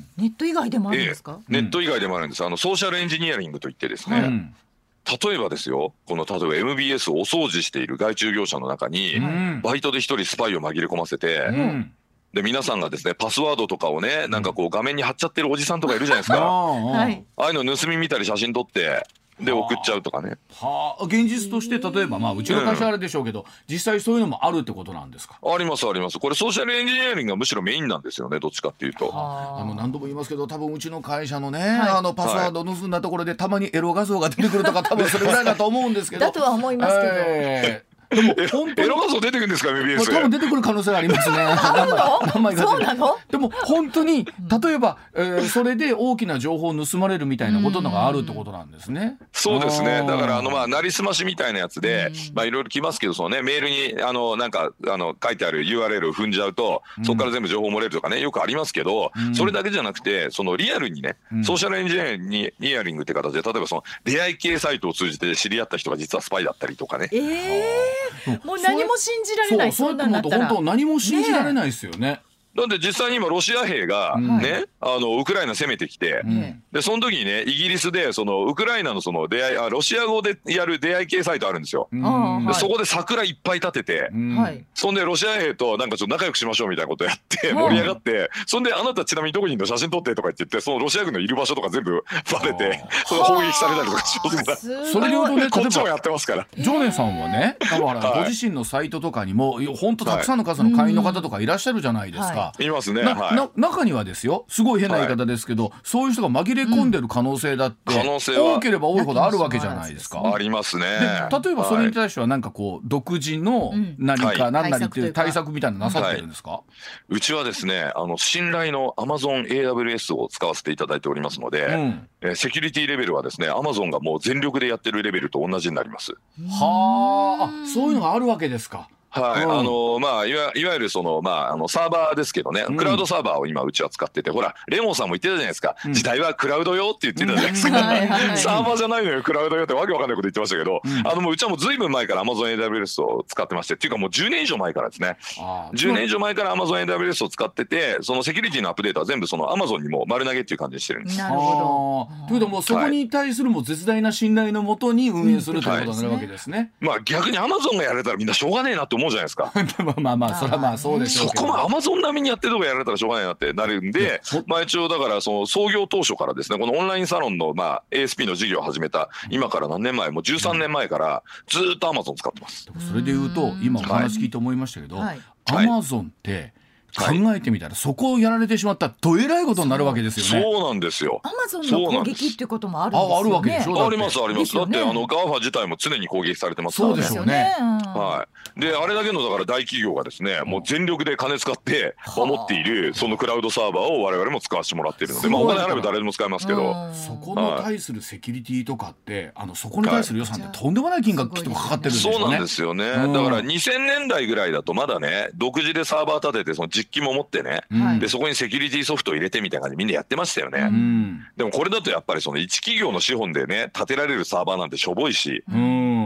ネット以外でもあるんですか？ ええ、ネット以外でもあるんです。あのソーシャルエンジニアリングといってですね、うん、例えばですよ、この例えば エムビーエス をお掃除している外注業者の中に、うん、バイトで一人スパイを紛れ込ませて、うん、で皆さんがですねパスワードとかをねなんかこう画面に貼っちゃってるおじさんとかいるじゃないですか、はい、ああいうの盗み見たり写真撮ってで送っちゃうとかね。 はあ、現実として例えばまあうちの会社あれでしょうけど、うん、実際そういうのもあるってことなんですか？ ありますあります。これソーシャルエンジニアリングがむしろメインなんですよね、どっちかっていうと。 あの何度も言いますけど多分うちの会社のね、はい、あのパスワード盗んだところでたまにエロ画像が出てくるとか多分それぐらいだと思うんですけどだとは思いますけど、えーでも本当にエロ画像出てくるんですか エムビーエス？ 多分出てくる可能性がありますね。 そうなの？ でも本当に例えば、えー、それで大きな情報を盗まれるみたいなことがあるってことなんですね。 そうですね。だからあのまあなりすましみたいなやつでまあいろいろ来ますけど、そのねメールにあのなんかあの書いてある ユーアールエル を踏んじゃうとそこから全部情報漏れるとかねよくありますけど、うん、それだけじゃなくてそのリアルにね、うん、ソーシャルエンジニアリングって形で例えばその出会い系サイトを通じて知り合った人が実はスパイだったりとかね。 えー、もう何も信じられない。 そう、そうやって思うと本当何も信じられないですよね。 なんで実際に今ロシア兵がね、うん、あのウクライナ攻めてきて、うん、でその時にねイギリスでそのウクライナのその出会いあロシア語でやる出会い系サイトあるんですよ。うん、でそこで桜いっぱい立てて、うん、そんでロシア兵となんかちょっと仲良くしましょうみたいなことやって盛り上がって、うん、そんであなたちなみにどこにいるの写真撮ってとか言ってそのロシア軍のいる場所とか全部バレてその砲撃されたりとかしますからそれで言うとね、 こっちもやってますから。 ジョネさんはねだからご自身のサイトとかにも本当たくさんの数の会員の方とかいらっしゃるじゃないですか。 はい、いますね。 な中にはですよすごい変な言い方ですけど、はい、そういう人が紛れ込んでる可能性だって、うん、可能性は多ければ多いほどあるわけじゃないですか。 ありますね。 で例えばそれに対しては何かこう独自の何か何なりっていう対策みたいなのなさってるんですか？はい、 うちはですねあの信頼の アマゾンエーダブリューエス を使わせていただいておりますので、うんえセキュリティレベルはですね アマゾン がもう全力でやってるレベルと同じになります。 はあ、そういうのがあるわけですか。 はい、うん、あのまあいわ、いわゆるその、まあ、あのサーバーですけどね、うん、クラウドサーバーを今うちは使ってて、ほらレモンさんも言ってたじゃないですか、うん、時代はクラウドよって言ってたじゃないですか、うん、サーバーじゃないのよクラウドよってわけわかんないこと言ってましたけど、うん、あのもううちはもうずいぶん前から アマゾンエーダブリューエス を使ってましてっていうかもうじゅうねん以上前からですね。じゅうねん以上前から アマゾンエーダブリューエス を使っててそのセキュリティのアップデートは全部その アマゾン にも丸投げっていう感じにしてるんです。 なるほど。ということもそこに対するも絶大な信頼のもとに運営するということになるわけですね。 まあ逆に アマゾン がやられたらみんなしょうがねえなって思うじゃないですか。 まあまあまあそれはまあそうでしょうけど、 そこまでアマゾン並みにやってるとこやられたらしょうがないなってなるんで、まあ一応だからその創業当初からですねこのオンラインサロンのまあ エーエスピー の事業を始めた今から何年前もうじゅうさんねんまえからずっとアマゾン使ってます。 それでいうと今お話聞いて思いましたけど、アマゾンって考えてみたら、はい、そこをやられてしまったらどえらいことになるわけですよね。 そうなんですよ。 アマゾンの攻撃っていうこともあるんですよね。 あ、あるわけでしょ。 ありますあります。だってあのガーファ自体も常に攻撃されてますからね。 そうですよね。 はい。であれだけのだから大企業がですねもう全力で金使って守っているそのクラウドサーバーを我々も使わせてもらっているので、まあお金払えば誰でも使えますけど、 そこに対するセキュリティとかってあのそこに対する予算ってとんでもない金額きっとかかってるんですよね。 そうなんですよね。だからにせんねんだいぐらいだとまだね独自でサーバー立ててその実機も持ってね。はい、でそこにセキュリティソフトを入れてみたいな感じでみんなやってましたよね、うん、でもこれだとやっぱりその一企業の資本でね建てられるサーバーなんてしょぼいし、うん、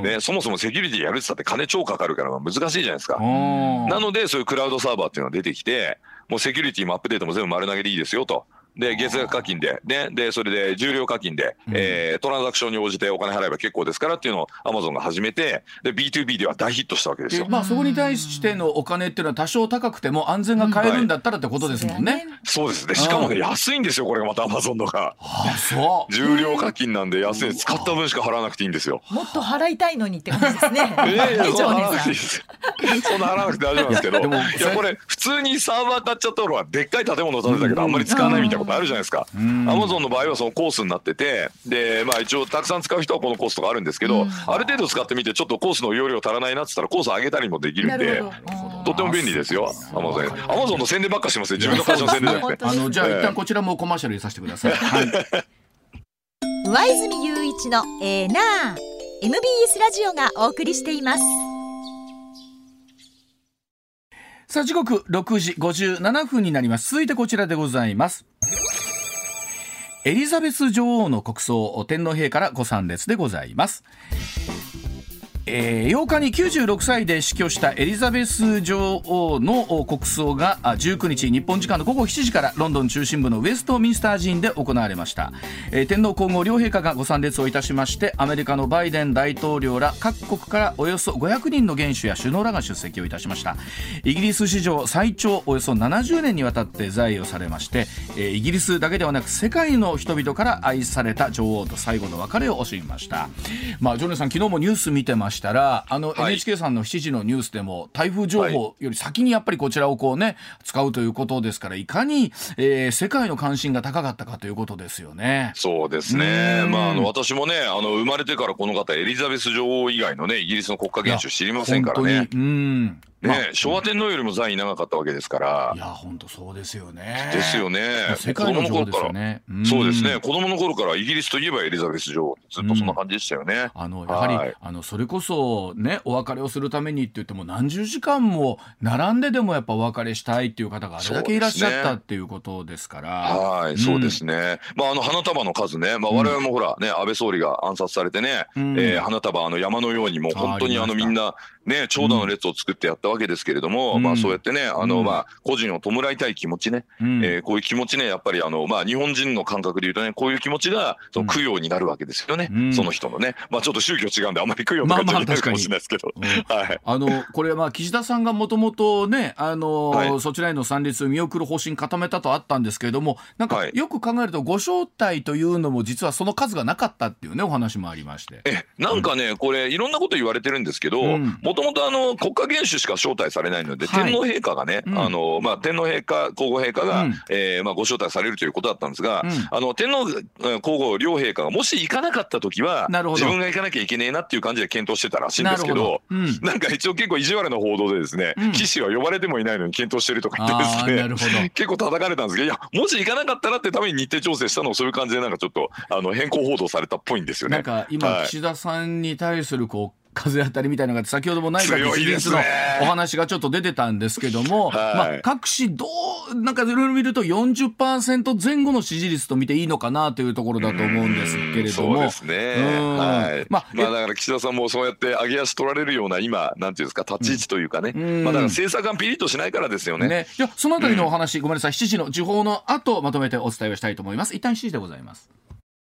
ね、そもそもセキュリティやるって言ったって金超かかるから難しいじゃないですか。なのでそういうクラウドサーバーっていうのが出てきてもうセキュリティもアップデートも全部丸投げでいいですよと。で月額課金で、ね、でそれで重量課金で、うんえー、トランザクションに応じてお金払えば結構ですからっていうのをアマゾンが始めてで ビーツービー では大ヒットしたわけですよ。 まあ、そこに対してのお金っていうのは多少高くても安全が買えるんだったらってことですもんね、はい、 そうですね。しかもね安いんですよこれがまたアマゾンのが。 ああそう重量課金なんで安い。使った分しか払わなくていいんですよ。 もっと払いたいのにって感じですね。 いやいやそんな払わなくていいですそんな払わなくて大丈夫なんですけどいやこれ普通にサーバー買っちゃった頃はでっかい建物を建てたけどあんまり使わないみたいなことあるじゃないですか。アマゾンの場合はそのコースになっててで、まあ、一応たくさん使う人はこのコースとかあるんですけど、うん、ある程度使ってみてちょっとコースの容量足らないなって言ったらコース上げたりもできるんでとっても便利ですよ。アマゾンアマゾンの宣伝ばっかしてますね自分の会社の宣伝じゃなくて。 あのじゃあ一旦こちらもコマーシャル入れさせてください。はい、 上泉雄一のエーナー エムビーエス ラジオがお送りしています。 さあ時刻ろくじごじゅうななふんになります。続いてこちらでございます。エリザベス女王の国葬、天皇陛下からご参列でございます。えー、ようかにきゅうじゅうろくさいで死去したエリザベス女王の国葬がじゅうくにち日本時間のごごしちじからロンドン中心部のウェストミンスター寺院で行われました。えー、天皇皇后両陛下がご参列をいたしまして、アメリカのバイデン大統領ら各国からおよそごひゃくにんの元首や首脳らが出席をいたしました。イギリス史上最長およそななじゅうねんにわたって在位をされまして、えー、イギリスだけではなく世界の人々から愛された女王と最後の別れを惜しみました。まあ、ジョネさん、昨日もニュース見てましたら、あの エヌエイチケー さんのしちじのニュースでも台風情報より先にやっぱりこちらをこうね使うということですから、いかに、えー、世界の関心が高かったかということですよね。 そうですね、まあ、あの私もね、あの生まれてからこの方エリザベス女王以外のねイギリスの国家元首知りませんからね。うんね、まあ、昭和天皇よりも在位長かったわけですから。 いや本当そうですよね。 ですよね。 世界の女王ですよね。 そうですね。子供の頃からイギリスといえばエリザベス女王、ずっとそんな感じでしたよね。うん、 あのやはり、はい、あのそれこそねお別れをするためにって言っても何十時間も並んででもやっぱお別れしたいっていう方があれだけいらっしゃったっていうことですから。 はい、うん、そうですね。まああの花束の数ね、まあ我々もほらね、うん、安倍総理が暗殺されてね、うん、えー、花束あの山のようにもう本当にあのみんなね長蛇の列を作ってやったわけですけれども。うん、まあそうやってねあの、うん、まあ個人を弔いたい気持ちね、うん、えー、こういう気持ちねやっぱりあのまあ日本人の感覚で言うとねこういう気持ちがその供養になるわけですよね、うん、その人のね、まあちょっと宗教違うんであまり供養とかじゃないかもしれないですけど、はい、 あのこれはまあ岸田さんがもともとねあの、はい、そちらへの参列を見送る方針固めたとあったんですけれども、なんかよく考えるとご招待というのも実はその数がなかったっていうねお話もありまして、 えなんかね、うん、これいろんなこと言われてるんですけど、もともとあの国家元首しか招待されないので、はい、天皇陛下がね、うん、あのまあ、天皇陛下皇后陛下が、うん、えーまあ、ご招待されるということだったんですが、うん、あの天皇皇后両陛下がもし行かなかった時は自分が行かなきゃいけねえなっていう感じで検討してたらしいんですけど、うん、なんか一応結構意地悪な報道でですね、うん、騎士は呼ばれてもいないのに検討してるとか言ってですね、なるほど結構叩かれたんですけど、いやもし行かなかったらってために日程調整したのをそういう感じでなんかちょっとあの変更報道されたっぽいんですよね。 なんか今、はい、岸田さんに対するこう風当たりみたいなのが先ほども内閣支持率のお話がちょっと出てたんですけども、はい、まあ、各紙どうなんかいろいろ見ると よんじゅっパーセント 前後の支持率と見ていいのかなというところだと思うんですけれども、 そうですね、はい、まあ、まあ、だから岸田さんもそうやって上げ足取られるような今なんていうんですか立ち位置というかね、うん、まあ、だから政策がピリッとしないからですよね。ね、 いやそのあたりのお話、うん、ごめんなさい、しちじの時報の後まとめてお伝えをしたいと思います。一旦しちじでございます。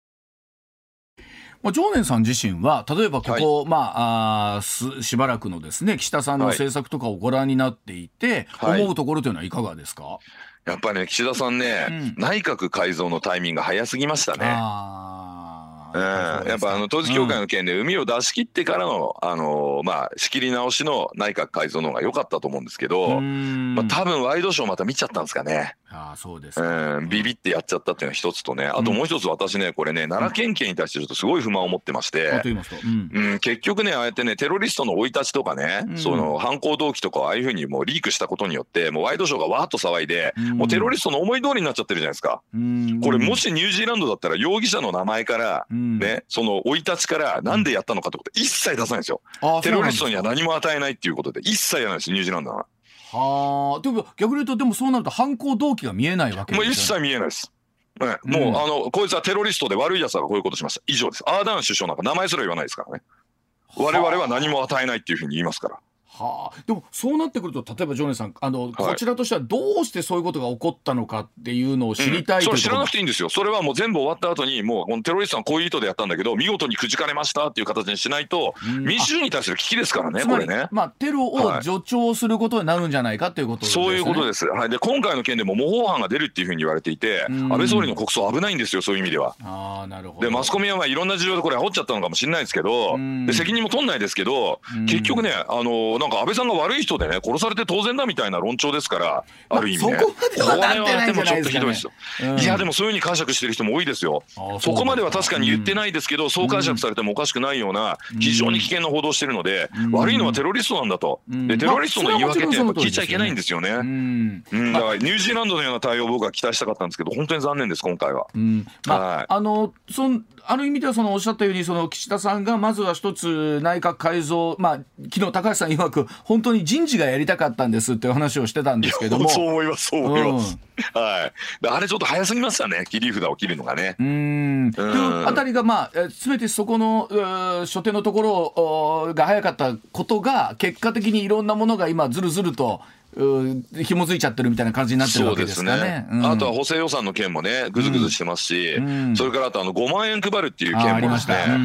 常念さん自身は例えばここ、はい、まあ、あすしばらくのですね岸田さんの政策とかをご覧になっていて、はい、思うところというのはいかがですか？ やっぱりね岸田さんね、うん、内閣改造のタイミングが早すぎましたね。あうん、やっぱあの統一教会の件で膿を出し切ってからの、あのー、まあ仕切り直しの内閣改造の方が良かったと思うんですけど、まあ、多分ワイドショーまた見ちゃったんですかね。 あそうですか、 うん、ビビってやっちゃったっていうのが一つとね、あともう一つ私ねこれね奈良県警に対してちょっとすごい不満を持ってまして、うんうん、結局ねああやってねテロリストの生い立ちとかね、うん、その犯行動機とかをああいうふうにもうリークしたことによってもうワイドショーがわーっと騒いで、うん、もうテロリストの思い通りになっちゃってるじゃないですか、うん、これもしニュージーランドだったら容疑者の名前から、うん、ねその生い立ちからなんでやったのかってこと一切出さないんですよ、うん、テロリストには何も与えないっていうことで一切やらないですニュージーランドは。 はあ、でも逆に言うとでもそうなると犯行動機が見えないわけですよね。もう一切見えないです、ね、うん、もうあのこいつはテロリストで悪いやつがこういうことしました以上です。アーダーン首相なんか名前すら言わないですからね。我々は何も与えないっていうふうに言いますから。 はあ、でもそうなってくると例えば常念さんあの、はい、こちらとしてはどうしてそういうことが起こったのかっていうのを知りたい、うん、 それ知らなくていいんですよ。それはもう全部終わった後にもうこのテロリストはこういう意図でやったんだけど見事にくじかれましたっていう形にしないと、うん、民主主義に対する危機ですからねこれね。 まあ、テロを助長することになるんじゃないかということですね、はい、 そういうことです、はい、で今回の件でも模倣犯が出るっていうふうに言われていて、うん、安倍総理の国葬危ないんですよそういう意味では。 あなるほど。 でマスコミはまあいろんな事情でこれ煽っちゃったのかもしれないですけど、うん、で責任も取んないですけど、うん、結局ねあのなんか安倍さんが悪い人でね殺されて当然だみたいな論調ですから、ある意味ね、 まあ、そこまではなってないんじゃないですかね。これはでもちょっとひどいですよ、うん、いやでもそういう風に解釈してる人も多いですよ。そこまでは確かに言ってないですけど、うん、そう解釈されてもおかしくないような非常に危険な報道してるので、うん、悪いのはテロリストなんだと、うん、でテロリストの言い訳ってやっぱ聞いちゃいけないんですよね、うんうん、だからニュージーランドのような対応を僕は期待したかったんですけど本当に残念です今回は、うんまあはい、 あのそんある意味ではそのおっしゃったようにその岸田さんがまずは一つ内閣改造、まあ、昨日高橋さん曰く本当に人事がやりたかったんですっていう話をしてたんですけども、 そう思いますそう思います、うん、はい、あれちょっと早すぎましたね、切り札を切るのがね。 うーんというあたりが、まあ、全てそこの所定のところが早かったことが結果的にいろんなものが今ずるずると紐づいちゃってるみたいな感じになってるわけですかね。そうですね、うん、あとは補正予算の件もねぐずぐずしてますし、うん、それからあとあのごまんえん配るっていう件もですね あ, あ, うん、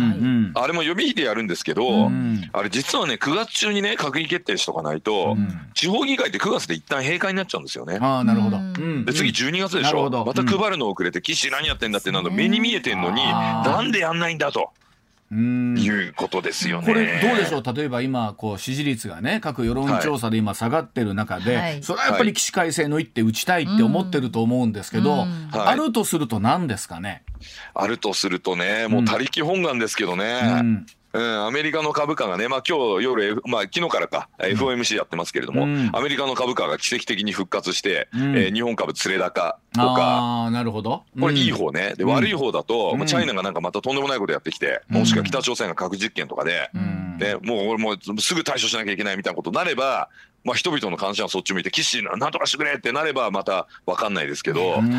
あれも予備費でやるんですけど、うん、あれ実はねくがつ中にね閣議決定しとかないと、うん、地方議会ってくがつで一旦閉会になっちゃうんですよね。 あ、なるほど、 で次じゅうにがつでしょ、また配るの遅れて岸何やってんだってなんだ目に見えてんのになんでやんないんだとうんいうことですよね。 これどうでしょう、例えば今こう支持率がね各世論調査で今下がってる中で、はい、それはやっぱり起死回生の一手打ちたいって思ってると思うんですけど、うんうん、あるとすると何ですかね。 あるとするとね、もう他力本願ですけどね、うんうん、アメリカの株価がね、まあ、今日夜、F まあ、昨日からか、うん、エフオーエムシー やってますけれども、うん、アメリカの株価が奇跡的に復活して、うん、えー、日本株つれ高とか、 あ、なるほど、 これいい方ね。で、うん、悪い方だと、まあ、チャイナがなんかまたとんでもないことやってきて、うん、もしくは北朝鮮が核実験とかで、うん、でもう俺もうすぐ対処しなきゃいけないみたいなことになれば、まあ、人々の関心はそっち向いて岸なんとかしてくれってなればまた分かんないですけど、うん、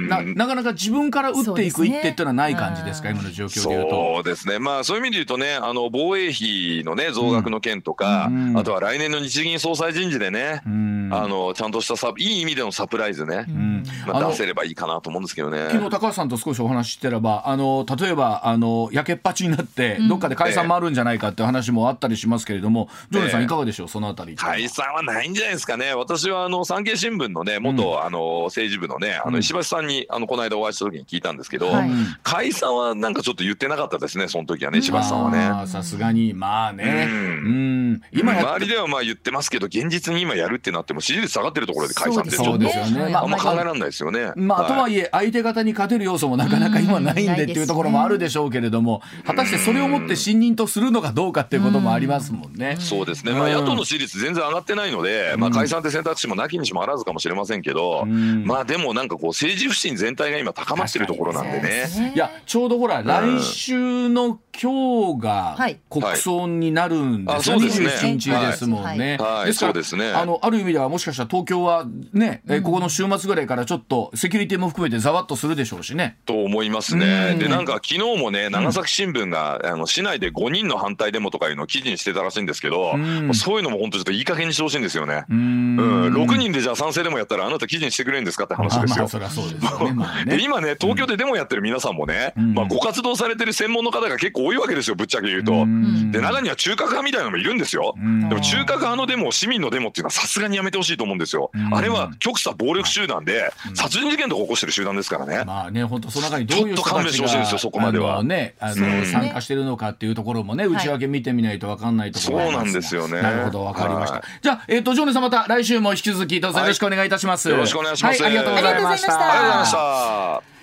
な, なかなか自分から打っていく一手っていうのはない感じですか、今の状況でいうと。 そうですね、まあ、そういう意味で言うとね、あの防衛費の、ね、増額の件とか、うん、あとは来年の日銀総裁人事でね、うん、あのちゃんとしたサいい意味でのサプライズね、うん、まあ、出せればいいかなと思うんですけどね。 昨日高橋さんと少しお話ししてれば、あの例えばあのやけっぱちになってどっかで解散もあるんじゃないかっていう話もあったりしますけれども、うん、ジョネさんいかがでしょう、そのあたり。 解散はないんじゃないですかね。私はあの産経新聞のね元、うん、あの政治部のねあの石橋さんにあのこの間お会いした時に聞いたんですけど、はい、解散はなんかちょっと言ってなかったですね、その時はね、石橋さんはね。 さすがにまあね、うん、うん、今周りではまあ言ってますけど、現実に今やるってなっても支持率下がってるところで解散ってちょっと、ね、あんま考えられないですよね。 まあ、はい、とはいえ相手方に勝てる要素もなかなか今ないんでっていうところもあるでしょうけれども、果たしてそれをもって信任とするのかどうかっていうこともありますもんね。 そうですね、まあ、野党の支持率全然上がってないので、まあ、解散って選択肢もなきにしもあらずかもしれませんけど、まあでもなんかこう政治不信全体が今高まってるところなんでね。 いやちょうどほら、うん、来週の今日が国葬になるんですよ、はい、にじゅうしちにちですもんね。 はいはい、ですから、そうですね、 あのある意味ではもしかしたら東京はね、うん、ここの週末ぐらいからちょっとセキュリティも含めてざわっとするでしょうしね。 と思いますね。でなんか昨日もね長崎新聞が、うん、あの市内でごにんの反対デモとかいうのを記事にしてたらしいんですけど、うん、そういうのも本当ちょっといい加減にしてほしいんですよね。うん、うん、ろくにんでじゃあ賛成デモやったらあなた記事にしてくれるんですかって話ですよ。まあ、そりゃそうですよね。まあねで今ね東京でデモやってる皆さんもね、うん、まあ、ご活動されてる専門の方が結構多いわけですよ、ぶっちゃけ言うと。うん、で中には中核派みたいなのもいるんですよ。うん、でも中核派のデモ市民のデモっていうのはさすがにやめてほしいと思うんですよ。うん、あれは極左暴力集団で、うん、殺人事件とか起こしてる集団ですからね。 まあね、本当その中にどういう人たちがちょっと勘弁してほしいんですよ、そこまでは。 あのね、あの、うん、参加してるのかっていうところもね、内訳見てみないと分かんないところがあります。 そうなんですよね。 なるほど、分かりました。じゃあ、えっとジョネさんまた来週も引き続きどうぞよろしくお願いいたします。 はい、よろしくお願いします。 はい、ありがとうございました。 ありがとうございました。